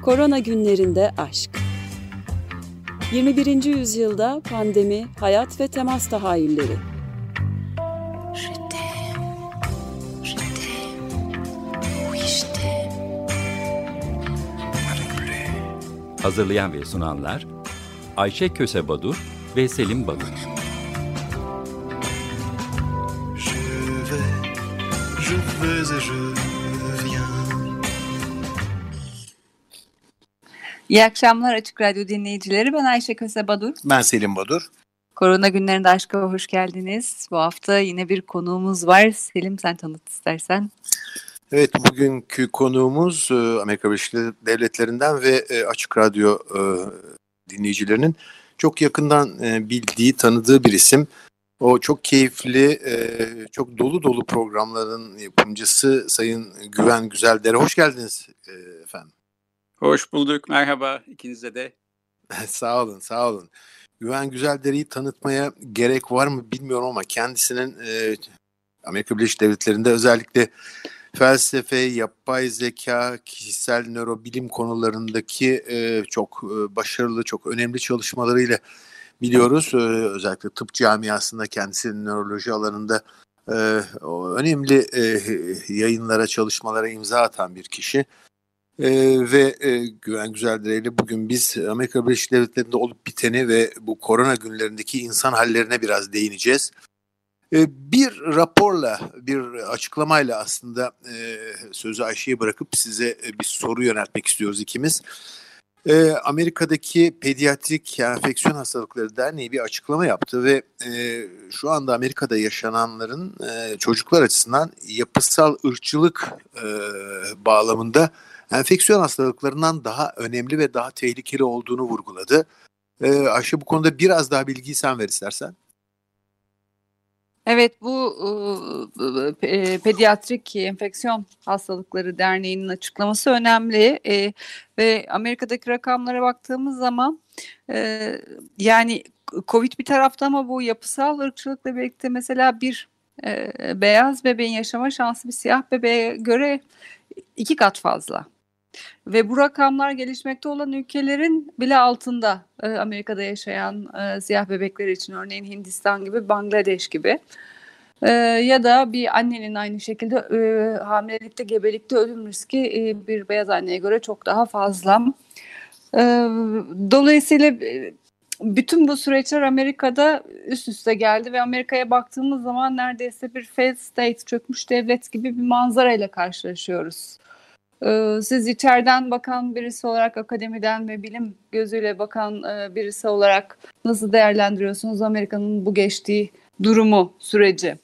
Korona günlerinde aşk. 21. yüzyılda pandemi, hayat ve temas tahayyülleri. Hazırlayan ve sunanlar Ayşe Köse Badur ve Selim Badur. İyi akşamlar Açık Radyo dinleyicileri. Ben Ayşe Köse Badur. Ben Selim Badur. Korona günlerinde aşka hoş geldiniz. Bu hafta yine bir konuğumuz var. Selim, sen tanıt istersen. Evet, bugünkü konuğumuz Amerika Birleşik Devletleri'nden ve Açık Radyo dinleyicilerinin çok yakından bildiği, tanıdığı bir isim. O çok keyifli, çok dolu programların yapımcısı Sayın Güven Güzeldere. Hoş geldiniz efendim. Hoş bulduk, merhaba ikinize de. Sağ olun, sağ olun. Güven Güzeldere'yi tanıtmaya gerek var mı bilmiyorum ama kendisinin Amerika Birleşik Devletleri'nde özellikle felsefe, yapay zeka, kişisel nörobilim konularındaki çok başarılı, çok önemli çalışmalarıyla biliyoruz. Özellikle tıp camiasında kendisinin nöroloji alanında önemli yayınlara, çalışmalara imza atan bir kişi. Ve Güven Güzeldere ile bugün biz Amerika Birleşik Devletleri'nde olup biteni ve bu korona günlerindeki insan hallerine biraz değineceğiz. Bir raporla, bir açıklamayla aslında sözü Ayşe'ye bırakıp size bir soru yöneltmek istiyoruz ikimiz. Amerika'daki Pediatrik Enfeksiyon Hastalıkları Derneği bir açıklama yaptı ve şu anda Amerika'da yaşananların çocuklar açısından yapısal ırkçılık bağlamında enfeksiyon hastalıklarından daha önemli ve daha tehlikeli olduğunu vurguladı. Ayşe, bu konuda biraz daha bilgiyi sen ver istersen. Evet, bu Pediatrik Enfeksiyon Hastalıkları Derneği'nin açıklaması önemli ve Amerika'daki rakamlara baktığımız zaman yani Covid bir tarafta ama bu yapısal ırkçılıkla birlikte mesela bir beyaz bebeğin yaşama şansı bir siyah bebeğe göre 2 kat fazla. Ve bu rakamlar gelişmekte olan ülkelerin bile altında. Amerika'da yaşayan siyah bebekler için örneğin Hindistan gibi, Bangladeş gibi. Ya da bir annenin aynı şekilde hamilelikte, gebelikte ölüm riski bir beyaz anneye göre çok daha fazla. Dolayısıyla bütün bu süreçler Amerika'da üst üste geldi ve Amerika'ya baktığımız zaman neredeyse bir failed state, çökmüş devlet gibi bir manzarayla karşılaşıyoruz. Siz içeriden bakan birisi olarak, akademiden ve bilim gözüyle bakan birisi olarak nasıl değerlendiriyorsunuz Amerika'nın bu geçtiği durumu, süreci?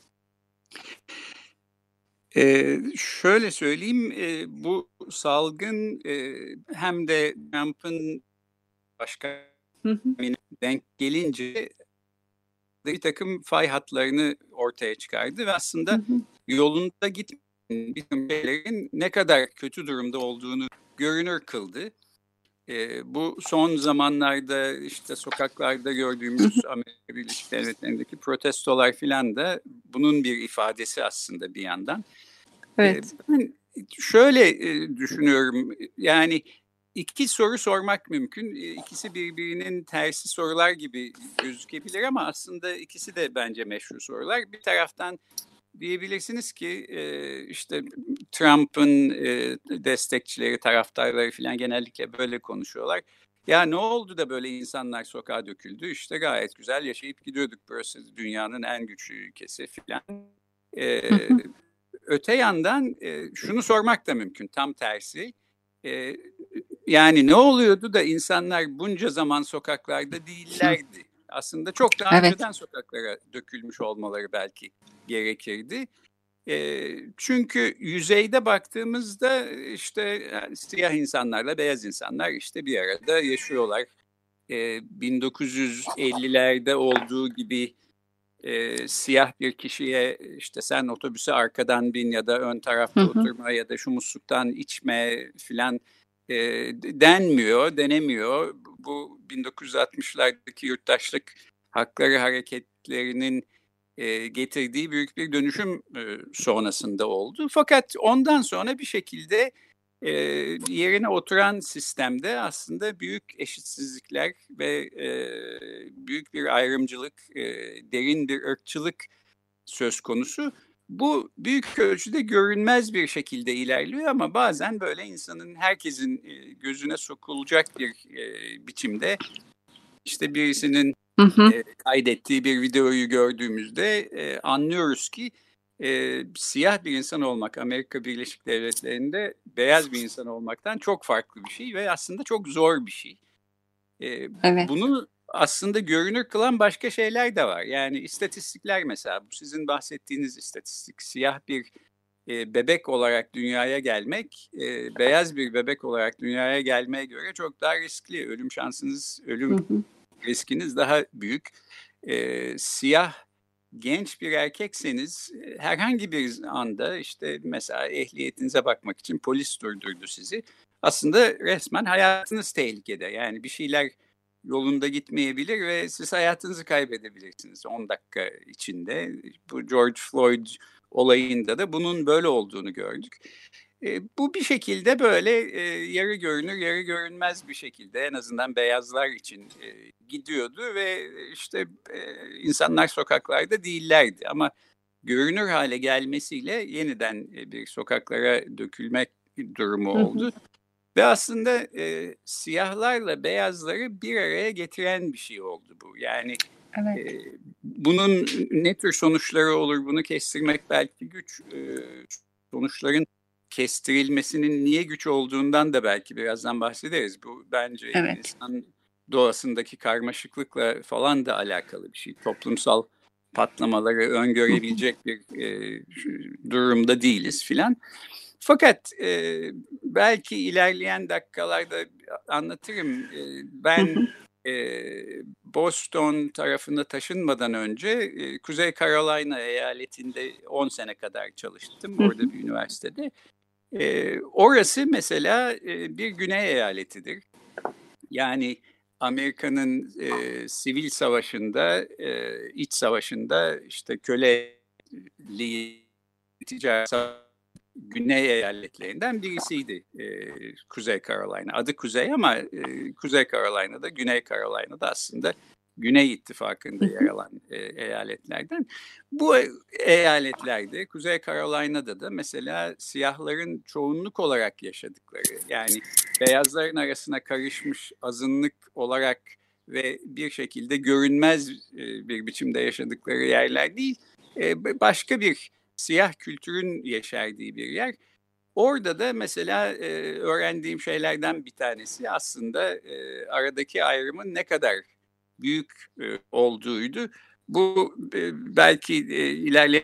Şöyle söyleyeyim, bu salgın hem de Trump'ın başkanına denk gelince bir takım fay hatlarını ortaya çıkardı ve aslında yolunda gitmeyen bir takım şeylerin ne kadar kötü durumda olduğunu görünür kıldı. Bu son zamanlarda işte sokaklarda gördüğümüz Amerika Birleşik Devletleri'ndeki protestolar filan da bunun bir ifadesi aslında bir yandan. Evet. Ben şöyle düşünüyorum, yani 2 soru sormak mümkün. İkisi birbirinin tersi sorular gibi gözükebilir ama aslında ikisi de bence meşru sorular. Bir taraftan diyebilirsiniz ki işte Trump'ın destekçileri, taraftarları falan genellikle böyle konuşuyorlar. Ya ne oldu da böyle insanlar sokağa döküldü? İşte gayet güzel yaşayıp gidiyorduk. Burası dünyanın en güçlü ülkesi falan. Öte yandan şunu sormak da mümkün, tam tersi. Yani ne oluyordu da insanlar bunca zaman sokaklarda değillerdi? Aslında çok daha önceden sokaklara dökülmüş olmaları belki gerekirdi. Çünkü yüzeyde baktığımızda işte siyah insanlarla beyaz insanlar işte bir arada yaşıyorlar. 1950'lerde olduğu gibi siyah bir kişiye işte sen otobüse arkadan bin ya da ön tarafta oturma ya da şu musluktan içme filan denemiyor. Bu 1960'lardaki yurttaşlık hakları hareketlerinin getirdiği büyük bir dönüşüm sonrasında oldu. Fakat ondan sonra bir şekilde yerine oturan sistemde aslında büyük eşitsizlikler ve büyük bir ayrımcılık, derin bir ırkçılık söz konusu. Bu büyük ölçüde görünmez bir şekilde ilerliyor ama bazen böyle insanın, herkesin gözüne sokulacak bir biçimde, işte birisinin kaydettiği bir videoyu gördüğümüzde anlıyoruz ki siyah bir insan olmak Amerika Birleşik Devletleri'nde beyaz bir insan olmaktan çok farklı bir şey ve aslında çok zor bir şey. Evet. Bunu aslında görünür kılan başka şeyler de var. Yani istatistikler, mesela bu sizin bahsettiğiniz istatistik, siyah bir bebek olarak dünyaya gelmek, beyaz bir bebek olarak dünyaya gelmeye göre çok daha riskli. Ölüm şansınız, ölüm riskiniz daha büyük. Siyah genç bir erkekseniz herhangi bir anda, işte mesela ehliyetinize bakmak için polis durdurdu sizi. Aslında resmen hayatınız tehlikede. Yani bir şeyler yolunda gitmeyebilir ve siz hayatınızı kaybedebilirsiniz 10 dakika içinde. Bu George Floyd olayında da bunun böyle olduğunu gördük. Bu bir şekilde böyle yarı görünür, yarı görünmez bir şekilde, en azından beyazlar için gidiyordu ve işte insanlar sokaklarda değillerdi. Ama görünür hale gelmesiyle yeniden bir sokaklara dökülmek durumu oldu. Ve aslında siyahlarla beyazları bir araya getiren bir şey oldu bu. Yani Evet. bunun ne tür sonuçları olur, bunu kestirmek belki güç. Sonuçların kestirilmesinin niye güç olduğundan da belki birazdan bahsederiz. Bu bence insan doğasındaki karmaşıklıkla falan da alakalı bir şey. Toplumsal patlamaları öngörebilecek bir durumda değiliz filan. Fakat belki ilerleyen dakikalarda anlatırım. Ben Boston tarafına taşınmadan önce Kuzey Carolina eyaletinde 10 sene kadar çalıştım. Orada bir üniversitede. Orası mesela bir güney eyaletidir. Yani Amerika'nın sivil savaşında, iç savaşında, işte köleliği, ticaret güney eyaletlerinden birisiydi Kuzey Carolina. Adı Kuzey ama Kuzey Carolina'da, Güney Carolina'da aslında Güney İttifakı'nda yer alan eyaletlerden. Bu eyaletlerde, Kuzey Carolina'da da mesela siyahların çoğunluk olarak yaşadıkları, yani beyazların arasına karışmış azınlık olarak ve bir şekilde görünmez bir biçimde yaşadıkları yerler değil, başka bir siyah kültürün yeşerdiği bir yer. Orada da mesela öğrendiğim şeylerden bir tanesi aslında aradaki ayrımın ne kadar büyük olduğuydu. Bu belki ilerleyen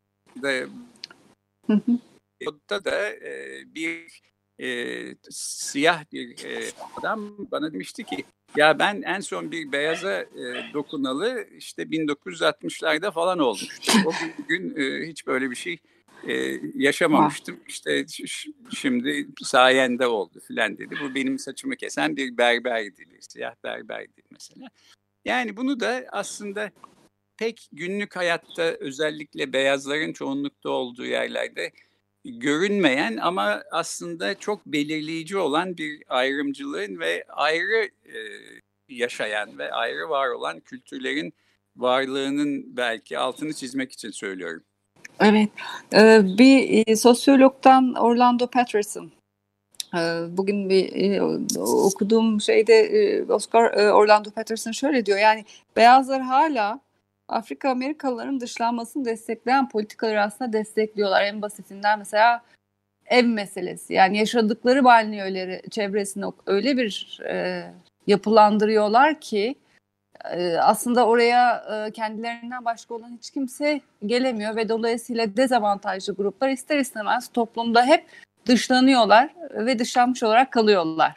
da bir siyah bir adam bana demişti ki, ya ben en son bir beyaza dokunalı işte 1960'larda falan olmuştu. O gün hiç böyle bir şey yaşamamıştım. İşte şimdi sayende oldu filan dedi. Bu benim saçımı kesen bir berberdi, bir siyah berberdi mesela. Yani bunu da aslında pek günlük hayatta, özellikle beyazların çoğunlukta olduğu yerlerde görünmeyen ama aslında çok belirleyici olan bir ayrımcılığın ve ayrı yaşayan ve ayrı var olan kültürlerin varlığının belki altını çizmek için söylüyorum. Evet, bir sosyologdan Orlando Patterson, bugün bir okuduğum şeyde Orlando Patterson şöyle diyor, yani beyazlar hala Afrika Amerikalıların dışlanmasını destekleyen politikaları aslında destekliyorlar. En basitinden mesela ev meselesi, yani yaşadıkları banliyöleri çevresini öyle bir yapılandırıyorlar ki aslında oraya kendilerinden başka olan hiç kimse gelemiyor ve dolayısıyla dezavantajlı gruplar ister istemez toplumda hep dışlanıyorlar ve dışlanmış olarak kalıyorlar.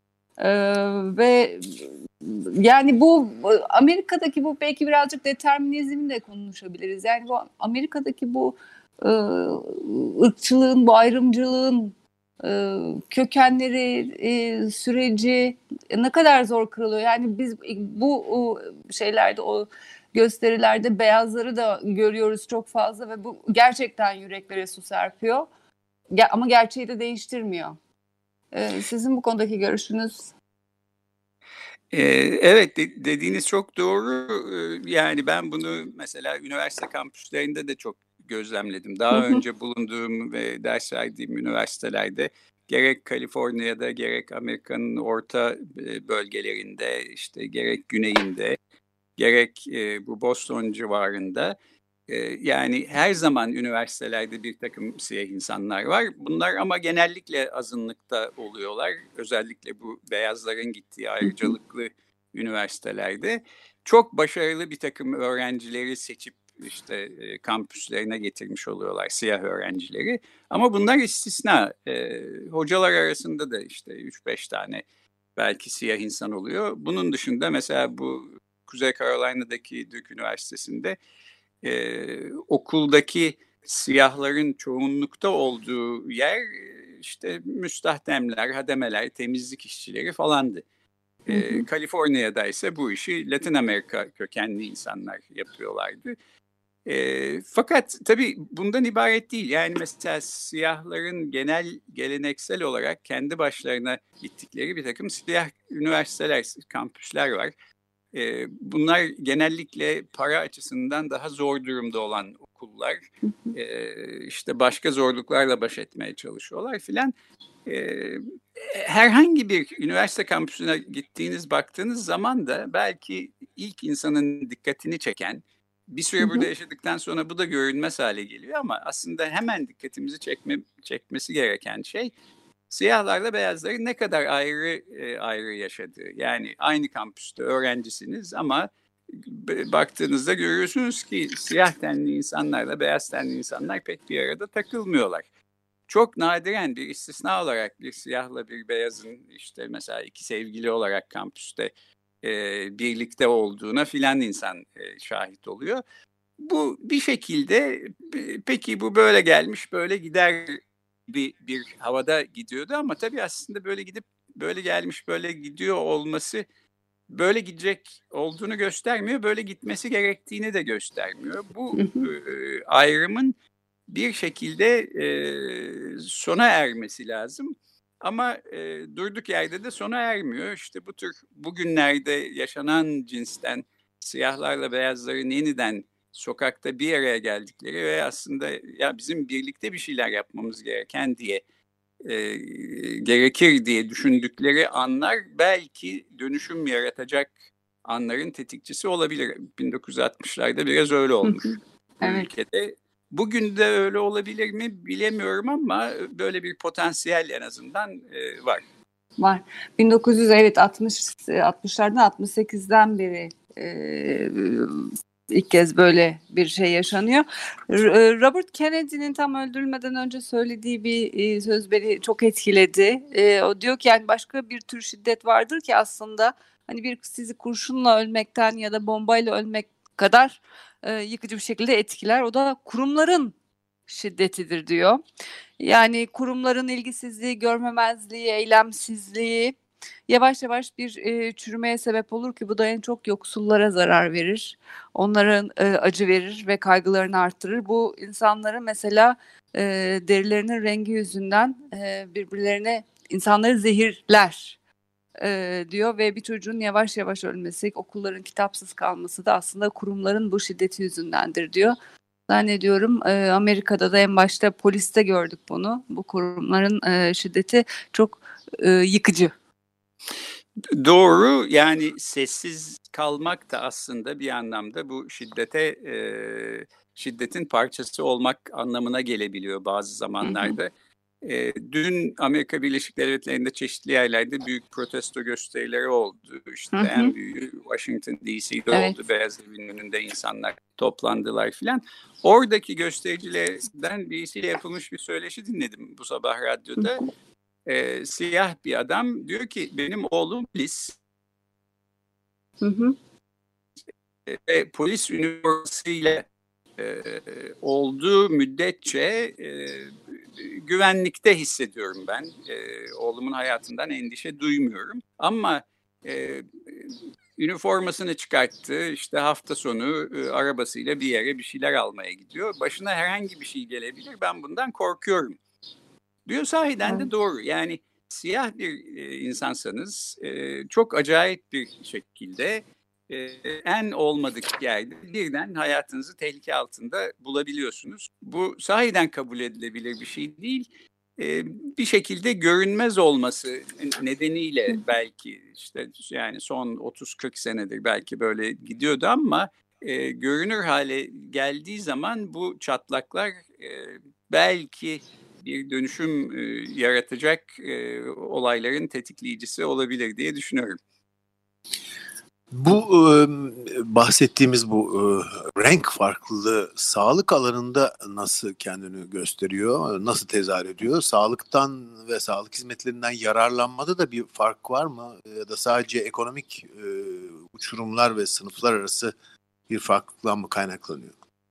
Ve yani bu Amerika'daki bu belki birazcık determinizmle de konuşabiliriz. Yani bu Amerika'daki bu ırkçılığın, bu ayrımcılığın kökenleri, süreci ne kadar zor kırılıyor. Yani biz bu şeylerde, o gösterilerde beyazları da görüyoruz çok fazla ve bu gerçekten yüreklere su serpiyor. Ama gerçeği de değiştirmiyor. Sizin bu konudaki görüşünüz? Evet, dediğiniz çok doğru. Yani ben bunu mesela üniversite kampüslerinde de çok gözlemledim. Daha önce bulunduğum ve ders verdiğim üniversitelerde gerek Kaliforniya'da gerek Amerika'nın orta bölgelerinde, işte gerek güneyinde, gerek bu Boston civarında, yani her zaman üniversitelerde bir takım siyah insanlar var. Bunlar ama genellikle azınlıkta oluyorlar. Özellikle bu beyazların gittiği ayrıcalıklı üniversitelerde. Çok başarılı bir takım öğrencileri seçip işte kampüslerine getirmiş oluyorlar, siyah öğrencileri. Ama bunlar istisna. Hocalar arasında da işte 3-5 tane belki siyah insan oluyor. Bunun dışında mesela bu Kuzey Carolina'daki Duke Üniversitesi'nde okuldaki siyahların çoğunlukta olduğu yer işte müstahdemler, hademeler, temizlik işçileri falandı. Kaliforniya'da ise bu işi Latin Amerika kökenli insanlar yapıyorlardı. Fakat tabii bundan ibaret değil. Yani mesela siyahların geleneksel olarak kendi başlarına gittikleri bir takım siyah üniversiteler, kampüsler var. Bunlar genellikle para açısından daha zor durumda olan okullar. İşte başka zorluklarla baş etmeye çalışıyorlar filan. Herhangi bir üniversite kampüsüne baktığınız zaman da belki ilk insanın dikkatini çeken, bir süre burada yaşadıktan sonra bu da görünmez hale geliyor ama aslında hemen dikkatimizi çekmesi gereken şey siyahlarla beyazların ne kadar ayrı yaşadığı. Yani aynı kampüste öğrencisiniz ama baktığınızda görüyorsunuz ki siyah tenli insanlarla beyaz tenli insanlar pek bir arada takılmıyorlar. Çok nadiren bir istisna olarak bir siyahla bir beyazın işte mesela iki sevgili olarak kampüste birlikte olduğuna filan insan şahit oluyor. Bu bir şekilde peki bu böyle gelmiş böyle gider bir havada gidiyordu ama tabii aslında böyle gidip böyle gelmiş böyle gidiyor olması böyle gidecek olduğunu göstermiyor, böyle gitmesi gerektiğini de göstermiyor. Bu ayrımın bir şekilde sona ermesi lazım ama durduk yerde de sona ermiyor. İşte bu tür bugünlerde yaşanan cinsten siyahlarla beyazların yeniden sokakta bir araya geldikleri ve aslında ya bizim birlikte bir şeyler yapmamız gereken diye gerekir diye düşündükleri anlar belki dönüşüm yaratacak anların tetikçisi olabilir. 1960'larda biraz öyle olmuş Evet. ülkede. Bugün de öyle olabilir mi bilemiyorum ama böyle bir potansiyel en azından var. Var. 60'lardan 68'den beri ilk kez böyle bir şey yaşanıyor. Robert Kennedy'nin tam öldürülmeden önce söylediği bir söz beni çok etkiledi. O diyor ki yani başka bir tür şiddet vardır ki aslında hani sizi kurşunla ölmekten ya da bombayla ölmek kadar yıkıcı bir şekilde etkiler. O da kurumların şiddetidir diyor. Yani kurumların ilgisizliği, görmemezliği, eylemsizliği yavaş yavaş bir çürümeye sebep olur ki bu da en çok yoksullara zarar verir. Onların acı verir ve kaygılarını artırır. Bu insanları mesela derilerinin rengi yüzünden birbirlerine insanları zehirler diyor ve bir çocuğun yavaş yavaş ölmesi, okulların kitapsız kalması da aslında kurumların bu şiddeti yüzündendir diyor. Zannediyorum Amerika'da da en başta poliste gördük bunu. Bu kurumların şiddeti çok yıkıcı. Doğru, yani sessiz kalmak da aslında bir anlamda bu şiddetin parçası olmak anlamına gelebiliyor bazı zamanlarda. Dün Amerika Birleşik Devletleri'nde çeşitli yerlerde büyük protesto gösterileri oldu. İşte en büyüğü Washington DC'de oldu. Beyaz Evin önünde insanlar toplandılar filan. Oradaki göstericilerden birisiyle yapılmış bir söyleşi dinledim bu sabah radyoda. Siyah bir adam diyor ki benim oğlum polis. Ve polis üniformasıyla olduğu müddetçe güvenlikte hissediyorum ben. Oğlumun hayatından endişe duymuyorum. Ama üniformasını çıkarttı, işte hafta sonu arabasıyla bir yere bir şeyler almaya gidiyor. Başına herhangi bir şey gelebilir, ben bundan korkuyorum diyor. Sahiden de doğru. Yani siyah bir insansanız çok acayip bir şekilde en olmadık yerde birden hayatınızı tehlike altında bulabiliyorsunuz. Bu sahiden kabul edilebilir bir şey değil. Bir şekilde görünmez olması nedeniyle belki işte yani son 30-40 senedir belki böyle gidiyordu ama görünür hale geldiği zaman bu çatlaklar belki bir dönüşüm yaratacak olayların tetikleyicisi olabilir diye düşünüyorum. Bu bahsettiğimiz bu renk farklılığı sağlık alanında nasıl kendini gösteriyor, nasıl tezahür ediyor? Sağlıktan ve sağlık hizmetlerinden yararlanmada da bir fark var mı? Ya da sadece ekonomik uçurumlar ve sınıflar arası bir farklılıktan mı kaynaklanıyor?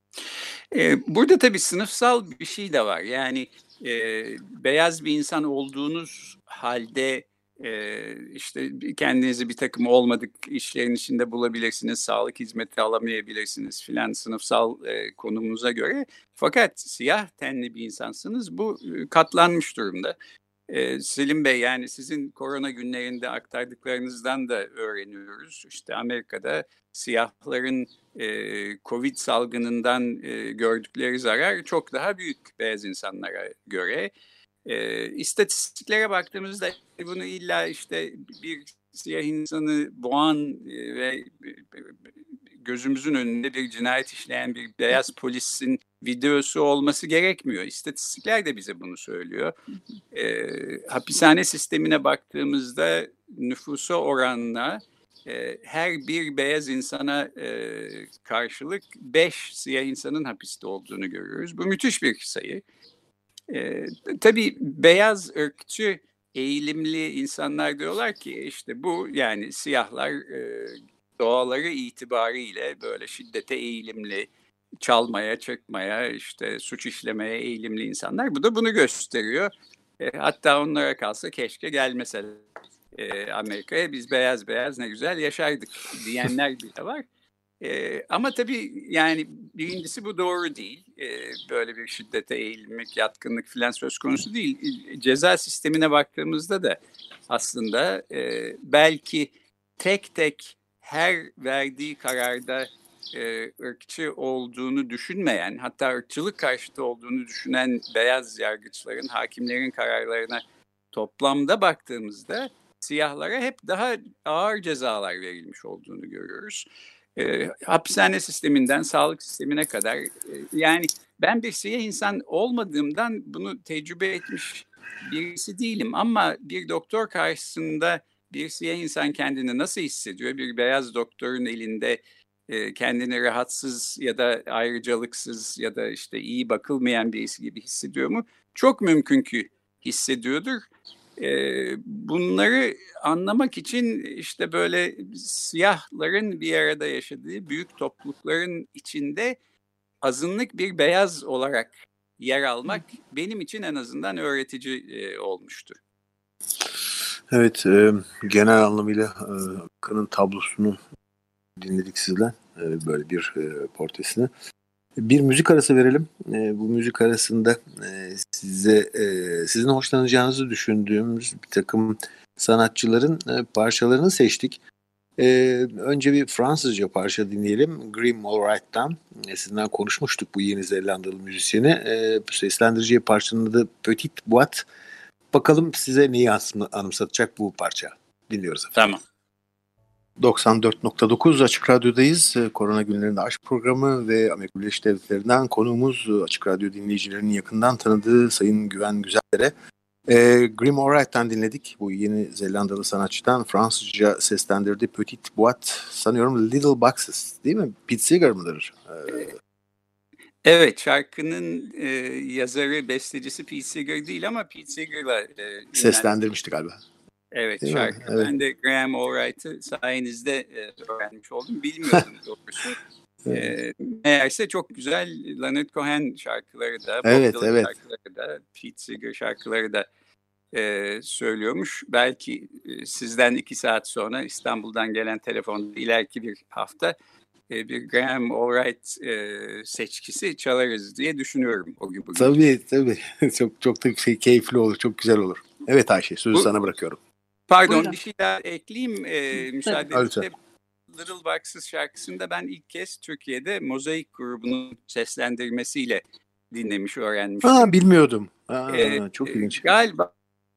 Burada tabii sınıfsal bir şey de var. Yani beyaz bir insan olduğunuz halde işte kendinizi bir takım olmadık işlerin içinde bulabilirsiniz, sağlık hizmeti alamayabilirsiniz filan sınıfsal konumunuza göre. Fakat siyah tenli bir insansınız, bu katlanmış durumda. Selim Bey, yani sizin korona günlerinde aktardıklarınızdan da öğreniyoruz. İşte Amerika'da siyahların Covid salgınından gördükleri zarar çok daha büyük beyaz insanlara göre. İstatistiklere baktığımızda bunu illa işte bir siyah insanı boğan ve gözümüzün önünde bir cinayet işleyen bir beyaz polisin videosu olması gerekmiyor. İstatistikler de bize bunu söylüyor. Hapishane sistemine baktığımızda nüfusa oranla her bir beyaz insana karşılık 5 siyah insanın hapiste olduğunu görüyoruz. Bu müthiş bir sayı. Tabii beyaz ırkçı eğilimli insanlar diyorlar ki işte bu yani siyahlar doğaları itibariyle böyle şiddete eğilimli, çalmaya, çekmeye, işte suç işlemeye eğilimli insanlar. Bu da bunu gösteriyor. Hatta onlara kalsa keşke gelmeseler Amerika'ya, biz beyaz beyaz ne güzel yaşardık diyenler bile var. Ama tabii yani birincisi bu doğru değil. Böyle bir şiddete eğilmek, yatkınlık falan söz konusu değil. Ceza sistemine baktığımızda da aslında belki tek tek her verdiği kararda ırkçı olduğunu düşünmeyen, hatta ırkçılık karşıtı olduğunu düşünen beyaz yargıçların, hakimlerin kararlarına toplamda baktığımızda siyahlara hep daha ağır cezalar verilmiş olduğunu görüyoruz. Hapishane sisteminden sağlık sistemine kadar yani ben bir siyah insan olmadığımdan bunu tecrübe etmiş birisi değilim ama bir doktor karşısında bir siyah insan kendini nasıl hissediyor? Bir beyaz doktorun elinde kendini rahatsız ya da ayrıcalıksız ya da işte iyi bakılmayan birisi gibi hissediyor mu? Çok mümkün ki hissediyordur. Bunları anlamak için işte böyle siyahların bir arada yaşadığı büyük toplulukların içinde azınlık bir beyaz olarak yer almak benim için en azından öğretici olmuştu. Evet, genel anlamıyla Akın'ın tablosunu dinledik sizden, böyle bir portresini. Bir müzik arası verelim. Bu müzik arasında sizin hoşlanacağınızı düşündüğümüz bir takım sanatçıların parçalarını seçtik. Önce bir Fransızca parça dinleyelim. Grim Allright'tan. Sizden konuşmuştuk bu Yeni Zelandalı müzisyeni. Seslendireceği parçanın adı Petite Boîte. Bakalım size neyi anımsatacak bu parça. Dinliyoruz efendim. Tamam. 94.9 Açık Radyo'dayız. Korona günlerinde aşk programı ve Amerika Birleşik Devletleri'nden konuğumuz Açık Radyo dinleyicilerinin yakından tanıdığı Sayın Güven Güzeller'e. Grim Allright'tan dinledik. Bu Yeni Zelandalı sanatçıdan Fransızca seslendirdiği Petite Boîte, sanıyorum Little Boxes değil mi? Pete Seeger mıdır? Evet, şarkının yazarı, bestecisi Pete Seeger değil ama Pete Seeger'la seslendirmişti galiba. Evet, değil şarkı. Evet. Ben de Graham Allright'ı sayenizde öğrenmiş oldum. Bilmiyordum doğrusu. Meğerse çok güzel Leonard Cohen şarkıları da, Bob Dylan şarkıları da, Pete Seeger şarkıları da söylüyormuş. Belki sizden 2 saat sonra İstanbul'dan gelen telefonda ileriki bir hafta bir Graham Allright seçkisi çalarız diye düşünüyorum o gün bugün. Tabii. Çok da keyifli olur, çok güzel olur. Evet Ayşe, sözü sana bırakıyorum. Pardon, Buyurun. bir şey daha ekleyeyim müsaadenizle. Lütfen. Little Boxes şarkısında ben ilk kez Türkiye'de Mozaik grubunun seslendirmesiyle dinlemiş, öğrenmiştim. Bilmiyordum. Çok ilginç. Galiba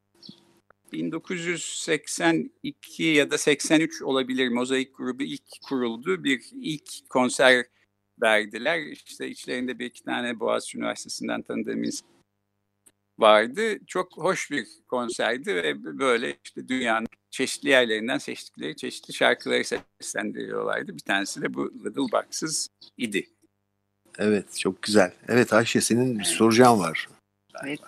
1982 ya da 83 olabilir, Mozaik grubu ilk kuruldu. İlk konser verdiler. İşte içlerinde bir iki tane Boğaziçi Üniversitesi'nden tanıdığım insan vardı. Çok hoş bir konserdi ve böyle işte dünyanın çeşitli yerlerinden seçtikleri çeşitli şarkıları seslendiriyorlardı. Bir tanesi de bu Little Boxes idi. Evet, çok güzel. Evet Ayşe, senin bir soracağın var. Evet.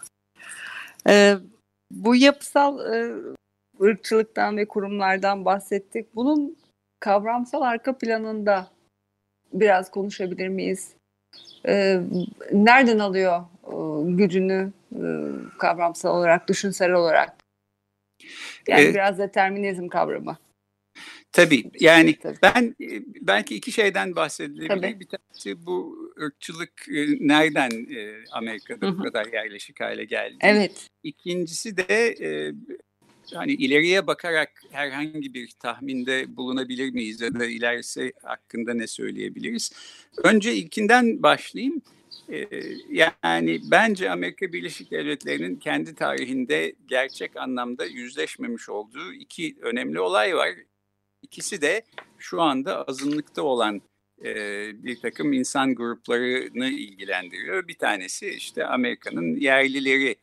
Bu yapısal ırkçılıktan ve kurumlardan bahsettik. Bunun kavramsal arka planında biraz konuşabilir miyiz? Nereden alıyor gücünü kavramsal olarak, düşünsel olarak? Yani biraz determinizm kavramı. Tabii. Yani Tabii. ben belki iki şeyden bahsedebilirim. Tabii. Bir tanesi bu ırkçılık nereden Amerika'da bu kadar yerleşik hale geldi. Evet. İkincisi de hani ileriye bakarak herhangi bir tahminde bulunabilir miyiz ya da ilerisi hakkında ne söyleyebiliriz? Önce ilkinden başlayayım. Yani bence Amerika Birleşik Devletleri'nin kendi tarihinde gerçek anlamda yüzleşmemiş olduğu iki önemli olay var. İkisi de şu anda azınlıkta olan bir takım insan gruplarını ilgilendiriyor. Bir tanesi işte Amerika'nın yerlileri,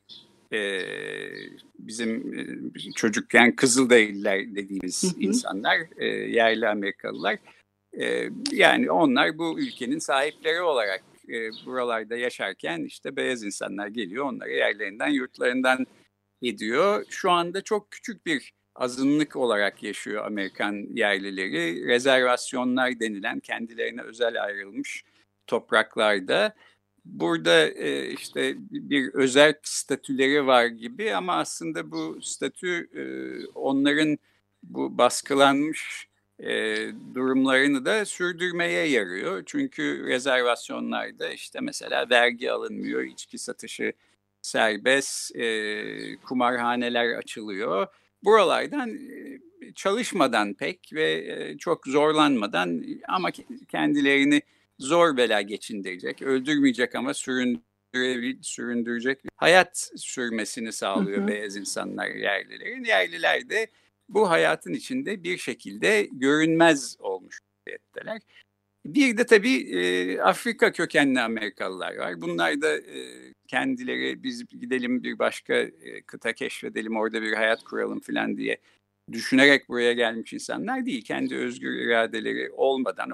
bizim çocukken Kızılderililer dediğimiz insanlar, yerli Amerikalılar. Yani onlar bu ülkenin sahipleri olarak buralarda yaşarken işte beyaz insanlar geliyor, onları yerlerinden, yurtlarından ediyor. Şu anda çok küçük bir azınlık olarak yaşıyor Amerikan yerlileri. Rezervasyonlar denilen kendilerine özel ayrılmış topraklarda. Burada işte bir özerk statüleri var gibi ama aslında bu statü onların bu baskılanmış durumlarını da sürdürmeye yarıyor. Çünkü rezervasyonlarda işte mesela vergi alınmıyor, içki satışı serbest, kumarhaneler açılıyor. Buralardan çalışmadan pek ve çok zorlanmadan ama kendilerini zor bela geçindirecek, öldürmeyecek ama süründürecek bir hayat sürmesini sağlıyor beyaz insanlar, yerlilerin. Yerliler de bu hayatın içinde bir şekilde görünmez olmuş vaziyetteler. Bir de tabii Afrika kökenli Amerikalılar var. Bunlar da kendileri biz gidelim bir başka kıta keşfedelim, orada bir hayat kuralım falan diye düşünerek buraya gelmiş insanlar değil. Kendi özgür iradeleri olmadan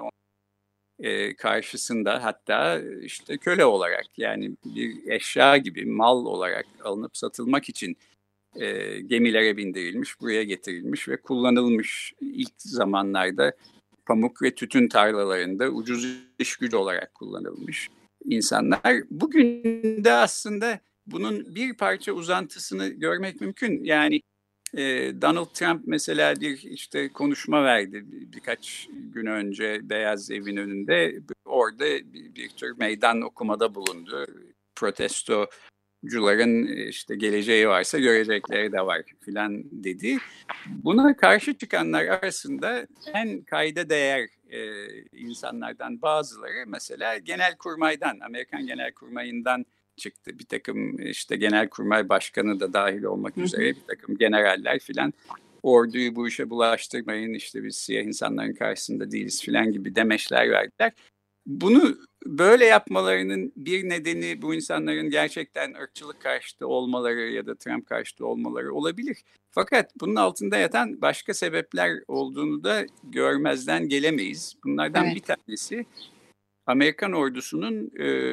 karşısında hatta işte köle olarak, yani bir eşya gibi, mal olarak alınıp satılmak için gemilere bindirilmiş, buraya getirilmiş ve kullanılmış. İlk zamanlarda pamuk ve tütün tarlalarında ucuz iş gücü olarak kullanılmış insanlar. Bugün de aslında bunun bir parça uzantısını görmek mümkün. Yani Donald Trump mesela bir işte konuşma verdi birkaç gün önce Beyaz Evin önünde. Orada bir tür meydan okumada bulundu. Protestocuların işte geleceği varsa görecekleri de var filan dedi. Buna karşı çıkanlar arasında en kayda değer insanlardan bazıları mesela Genelkurmay'dan, Amerikan Genelkurmay'ından çıktı. Bir takım işte Genelkurmay Başkanı da dahil olmak üzere bir takım generaller filan orduyu bu işe bulaştırmayın, işte biz siyah insanların karşısında değiliz filan gibi demeçler verdiler. Bunu böyle yapmalarının bir nedeni bu insanların gerçekten ırkçılık karşıtı olmaları ya da Trump karşıtı olmaları olabilir. Fakat bunun altında yatan başka sebepler olduğunu da görmezden gelemeyiz. Bunlardan bir tanesi Amerikan ordusunun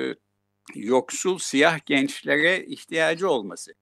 yoksul siyah gençlere ihtiyacı olması.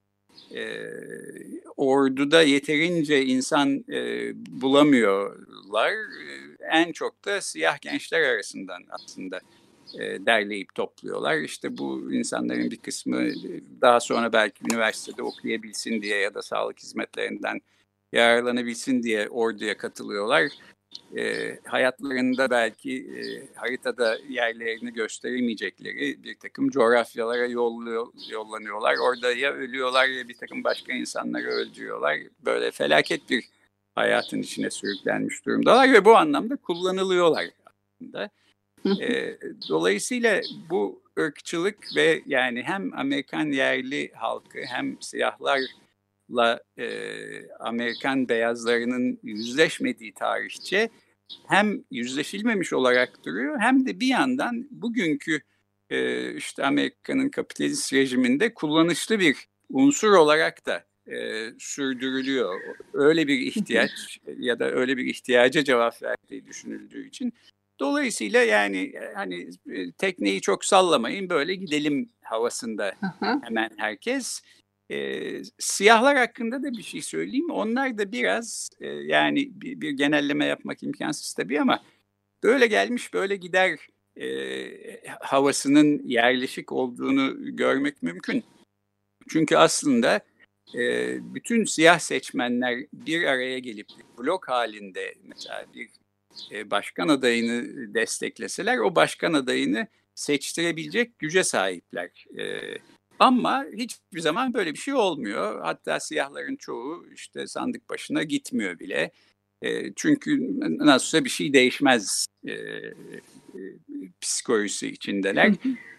Orduda yeterince insan bulamıyorlar. En çok da siyah gençler arasından aslında derleyip topluyorlar. İşte bu insanların bir kısmı daha sonra belki üniversitede okuyabilsin diye ya da sağlık hizmetlerinden yararlanabilsin diye orduya katılıyorlar. hayatlarında belki haritada yerlerini gösteremeyecekleri bir takım coğrafyalara yollanıyorlar. Orada ya ölüyorlar ya bir takım başka insanları öldürüyorlar. Böyle felaket bir hayatın içine sürüklenmiş durumdalar ve bu anlamda kullanılıyorlar aslında. Dolayısıyla bu ırkçılık ve yani hem Amerikan yerli halkı hem siyahlarla Amerikan beyazlarının yüzleşmediği tarihçe hem yüzleşilmemiş olarak duruyor hem de bir yandan bugünkü işte Amerika'nın kapitalist rejiminde kullanışlı bir unsur olarak da sürdürülüyor. Öyle bir ihtiyaç ya da öyle bir ihtiyaca cevap verdiği düşünüldüğü için. Dolayısıyla yani hani tekneyi çok sallamayın böyle gidelim havasında hemen herkes. Siyahlar hakkında da bir şey söyleyeyim. Onlar da biraz yani bir genelleme yapmak imkansız tabii ama böyle gelmiş böyle gider havasının yerleşik olduğunu görmek mümkün. Çünkü aslında bütün siyah seçmenler bir araya gelip blok halinde mesela bir başkan adayını destekleseler o başkan adayını seçtirebilecek güce sahipler. Ama hiçbir zaman böyle bir şey olmuyor. Hatta siyahların çoğu işte sandık başına gitmiyor bile. Çünkü nasılsa bir şey değişmez psikolojisi içindeler.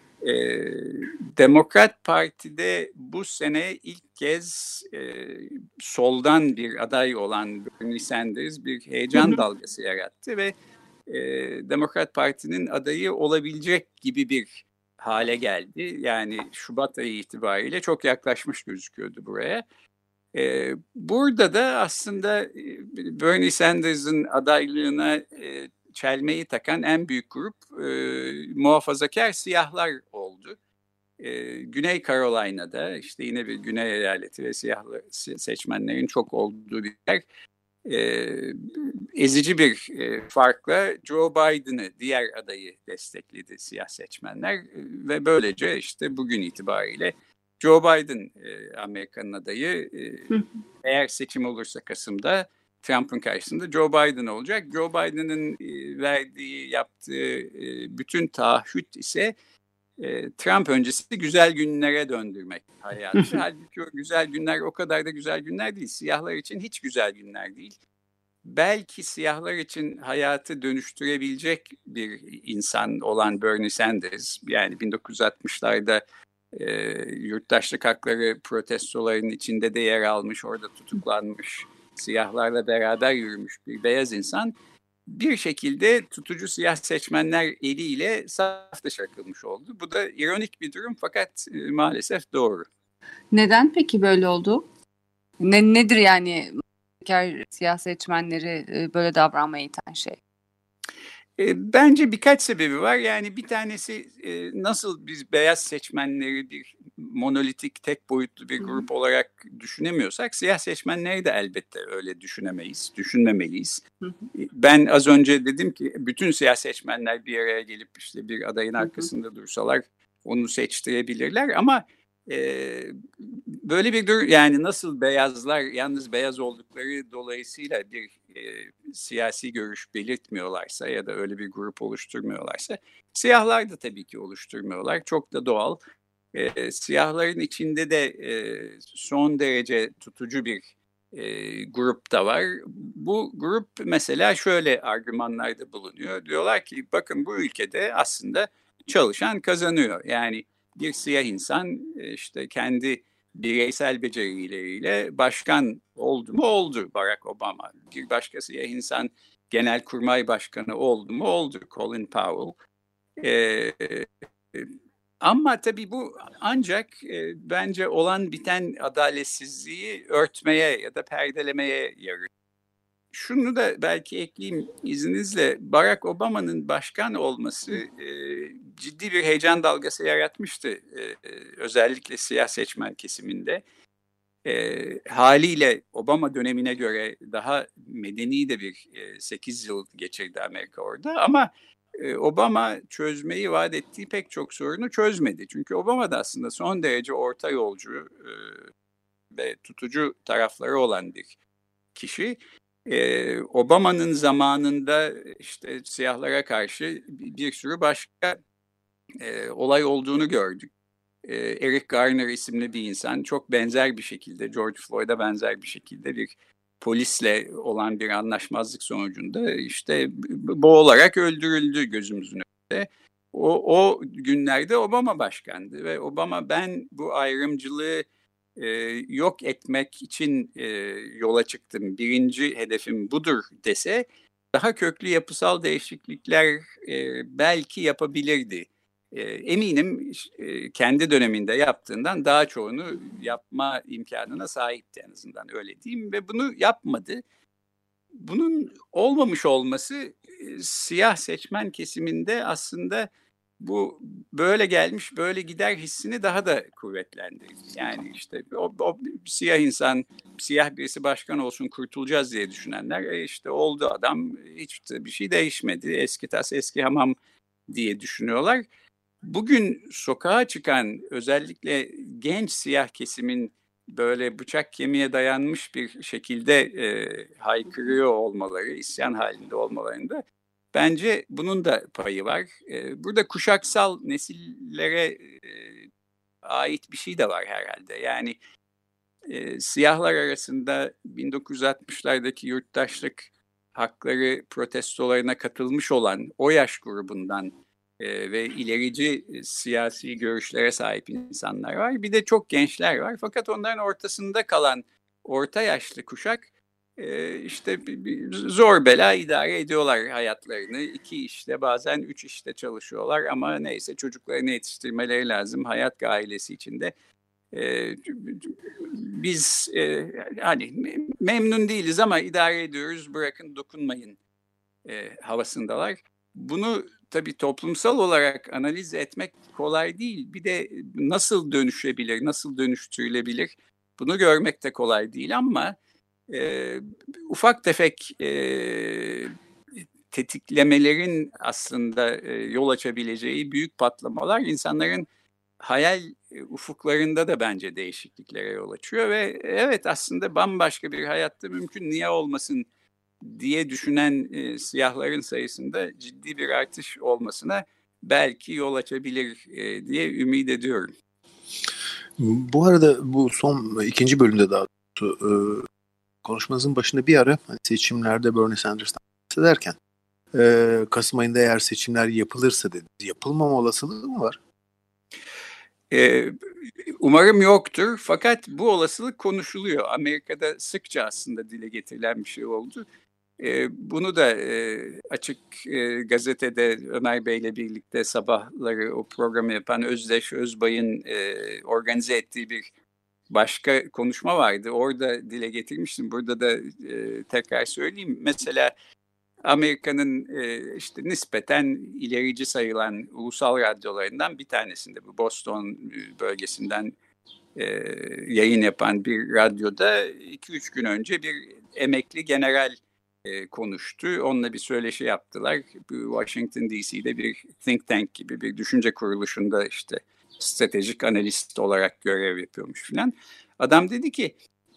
Demokrat Parti'de bu sene ilk kez soldan bir aday olan Bernie Sanders bir heyecan dalgası yarattı ve Demokrat Parti'nin adayı olabilecek gibi bir hale geldi. Yani Şubat ayı itibariyle çok yaklaşmış gözüküyordu buraya. Burada da aslında Bernie Sanders'ın adaylığına çelmeyi takan en büyük grup muhafazakar siyahlar oldu. Güney Carolina'da işte yine bir güney eyaleti ve siyahlı seçmenlerin çok olduğu bir yer. Ezici bir farkla Joe Biden'ı diğer adayı destekledi siyah seçmenler ve böylece işte bugün itibariyle Joe Biden Amerika'nın adayı. Eğer seçim olursa Kasım'da Trump'ın karşısında Joe Biden olacak. Joe Biden'ın yaptığı bütün taahhüt ise Trump öncesi güzel günlere döndürmek hayatı. Halbuki o güzel günler o kadar da güzel günler değil. Siyahlar için hiç güzel günler değil. Belki siyahlar için hayatı dönüştürebilecek bir insan olan Bernie Sanders, yani 1960'larda yurttaşlık hakları protestolarının içinde de yer almış, orada tutuklanmış, siyahlarla beraber yürümüş bir beyaz insan bir şekilde tutucu siyah seçmenler eliyle saf dışı bırakılmış oldu. Bu da ironik bir durum fakat maalesef doğru. Neden peki böyle oldu? Nedir yani siyah seçmenleri böyle davranmaya iten şey? Bence birkaç sebebi var. Yani bir tanesi nasıl biz beyaz seçmenleri bir monolitik, tek boyutlu bir grup olarak düşünemiyorsak siyah seçmenleri de elbette öyle düşünmemeliyiz. Ben az önce dedim ki bütün siyah seçmenler bir araya gelip işte bir adayın arkasında dursalar onu seçtirebilirler ama böyle bir durum, yani nasıl beyazlar yalnız beyaz oldukları dolayısıyla bir siyasi görüş belirtmiyorlarsa ya da öyle bir grup oluşturmuyorlarsa siyahlar da tabii ki oluşturmuyorlar. Çok da doğal. Siyahların içinde de son derece tutucu bir grup da var. Bu grup mesela şöyle argümanlarda bulunuyor. Diyorlar ki bakın bu ülkede aslında çalışan kazanıyor. Yani bir siyah insan işte kendi bireysel becerileriyle başkan oldu mu oldu Barack Obama. Bir başka siyah insan genelkurmay başkanı oldu mu oldu Colin Powell. Ama tabii bu ancak bence olan biten adaletsizliği örtmeye ya da perdelemeye yarıyor. Şunu da belki ekleyeyim izninizle, Barack Obama'nın başkan olması ciddi bir heyecan dalgası yaratmıştı. Özellikle siyah seçmen kesiminde. Haliyle Obama dönemine göre daha medeni de bir 8 yıl geçirdi Amerika orada ama Obama çözmeyi vaat ettiği pek çok sorunu çözmedi. Çünkü Obama da aslında son derece orta yolcu ve tutucu tarafları olan bir kişi. Obama'nın zamanında işte siyahlara karşı bir sürü başka olay olduğunu gördük. Eric Garner isimli bir insan çok benzer bir şekilde, George Floyd'a benzer bir şekilde bir polisle olan bir anlaşmazlık sonucunda işte boğularak öldürüldü gözümüzün önünde. O günlerde Obama başkandı ve Obama ben bu ayrımcılığı yok etmek için yola çıktım. Birinci hedefim budur dese daha köklü yapısal değişiklikler belki yapabilirdi. Eminim kendi döneminde yaptığından daha çoğunu yapma imkanına sahipti, en azından öyle diyeyim, ve bunu yapmadı. Bunun olmamış olması siyah seçmen kesiminde aslında bu böyle gelmiş böyle gider hissini daha da kuvvetlendirdi. Yani işte o siyah insan, siyah birisi başkan olsun kurtulacağız diye düşünenler işte oldu adam, hiç bir şey değişmedi, eski tas eski hamam diye düşünüyorlar. Bugün sokağa çıkan özellikle genç siyah kesimin böyle bıçak kemiğe dayanmış bir şekilde haykırıyor olmaları, isyan halinde olmalarında bence bunun da payı var. Burada kuşaksal nesillere ait bir şey de var herhalde. Yani siyahlar arasında 1960'lardaki yurttaşlık hakları protestolarına katılmış olan o yaş grubundan ve ilerici siyasi görüşlere sahip insanlar var. Bir de çok gençler var. Fakat onların ortasında kalan orta yaşlı kuşak işte zor bela idare ediyorlar hayatlarını. 2 işte bazen 3 işte çalışıyorlar ama neyse çocuklarını yetiştirmeleri lazım. Hayat gailesi içinde. Biz hani memnun değiliz ama idare ediyoruz, bırakın dokunmayın havasındalar. Bunu tabii toplumsal olarak analiz etmek kolay değil. Bir de nasıl dönüşebilir, nasıl dönüştürülebilir bunu görmek de kolay değil ama ufak tefek tetiklemelerin aslında yol açabileceği büyük patlamalar insanların hayal ufuklarında da bence değişikliklere yol açıyor ve evet aslında bambaşka bir hayatta mümkün, niye olmasın diye düşünen siyahların sayısında ciddi bir artış olmasına belki yol açabilir diye ümit ediyorum. Bu arada bu son ikinci bölümde daha doğrusu konuşmanızın başında bir ara hani seçimlerde Bernie Sanders'tan bahsederken Kasım ayında eğer seçimler yapılırsa dedi. Yapılmama olasılığı mı var? Umarım yoktur. Fakat bu olasılık konuşuluyor. Amerika'da sıkça aslında dile getirilen bir şey oldu. Bunu da Açık Gazete'de Ömer Bey'le birlikte sabahları o programı yapan Özdeş Özbay'ın organize ettiği bir başka konuşma vardı. Orada dile getirmiştim. Burada da tekrar söyleyeyim. Mesela Amerika'nın işte nispeten ilerici sayılan ulusal radyolarından bir tanesinde, bu Boston bölgesinden yayın yapan bir radyoda 2-3 gün önce bir emekli general konuştu. Onunla bir söyleşi yaptılar. Washington DC'de bir think tank gibi bir düşünce kuruluşunda işte stratejik analist olarak görev yapıyormuş filan. Adam dedi ki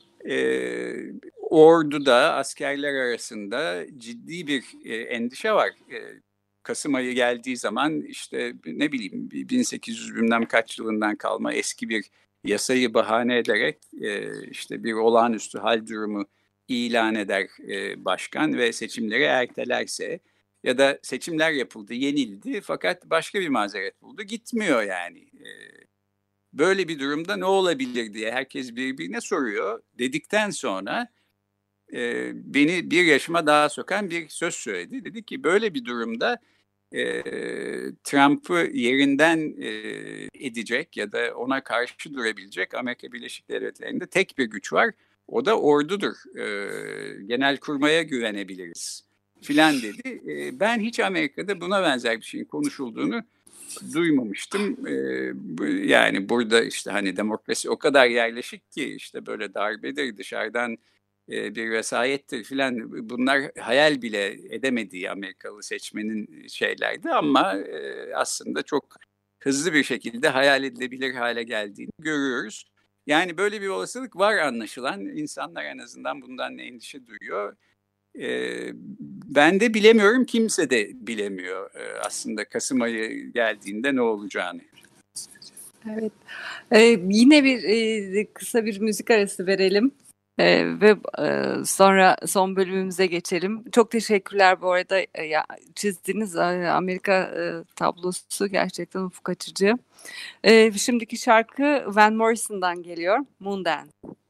orduda, askerler arasında ciddi bir endişe var. Kasım ayı geldiği zaman işte ne bileyim 1800 bilmem kaç yılından kalma eski bir yasayı bahane ederek işte bir olağanüstü hal durumu ilan eder başkan ve seçimleri ertelerse, ya da seçimler yapıldı, yenildi fakat başka bir mazeret buldu, gitmiyor yani. Böyle bir durumda ne olabilir diye herkes birbirine soruyor dedikten sonra beni bir yaşıma daha sokan bir söz söyledi. Dedi ki böyle bir durumda Trump'ı yerinden edecek ya da ona karşı durabilecek Amerika Birleşik Devletleri'nde tek bir güç var. O da ordudur. Genelkurmay'a güvenebiliriz filan dedi. Ben hiç Amerika'da buna benzer bir şeyin konuşulduğunu duymamıştım. Yani burada işte hani demokrasi o kadar yerleşik ki işte böyle darbedir, dışarıdan bir vesayettir filan, bunlar hayal bile edemediği Amerikalı seçmenin şeylerdi ama aslında çok hızlı bir şekilde hayal edilebilir hale geldiğini görüyoruz. Yani böyle bir olasılık var anlaşılan. İnsanlar en azından bundan endişe duyuyor. Ben de bilemiyorum, kimse de bilemiyor aslında Kasım ayı geldiğinde ne olacağını. Evet. Yine kısa bir müzik arası verelim ve sonra son bölümümüze geçelim. Çok teşekkürler bu arada. Çizdiğiniz Amerika tablosu gerçekten ufuk açıcı. Şimdiki şarkı Van Morrison'dan geliyor. Moondance.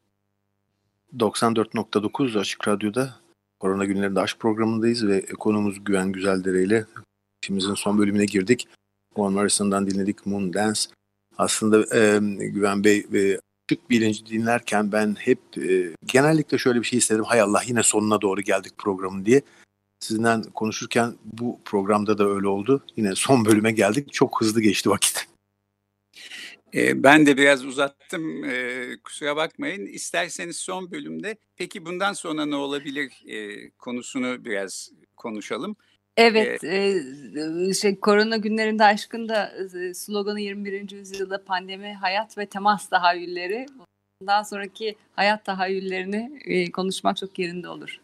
94.9 Açık Radyo'da Korona Günlerinde Aşk programındayız ve konuğumuz Güven Güzeldere ile işimizin son bölümüne girdik. Van Morrison'dan dinledik Moondance. Aslında Güven Bey Açık Bilinci dinlerken ben hep genellikle şöyle bir şey istedim. Hay Allah, yine sonuna doğru geldik programın diye. Sizinle konuşurken bu programda da öyle oldu. Yine son bölüme geldik. Çok hızlı geçti vakit. Ben de biraz uzattım, kusura bakmayın. İsterseniz son bölümde peki bundan sonra ne olabilir konusunu biraz konuşalım. Evet, Korona Günlerinde Aşk'ın da sloganı 21. yüzyılda pandemi, hayat ve temas tahayyülleri. Bundan sonraki hayat tahayyüllerini konuşmak çok yerinde olur.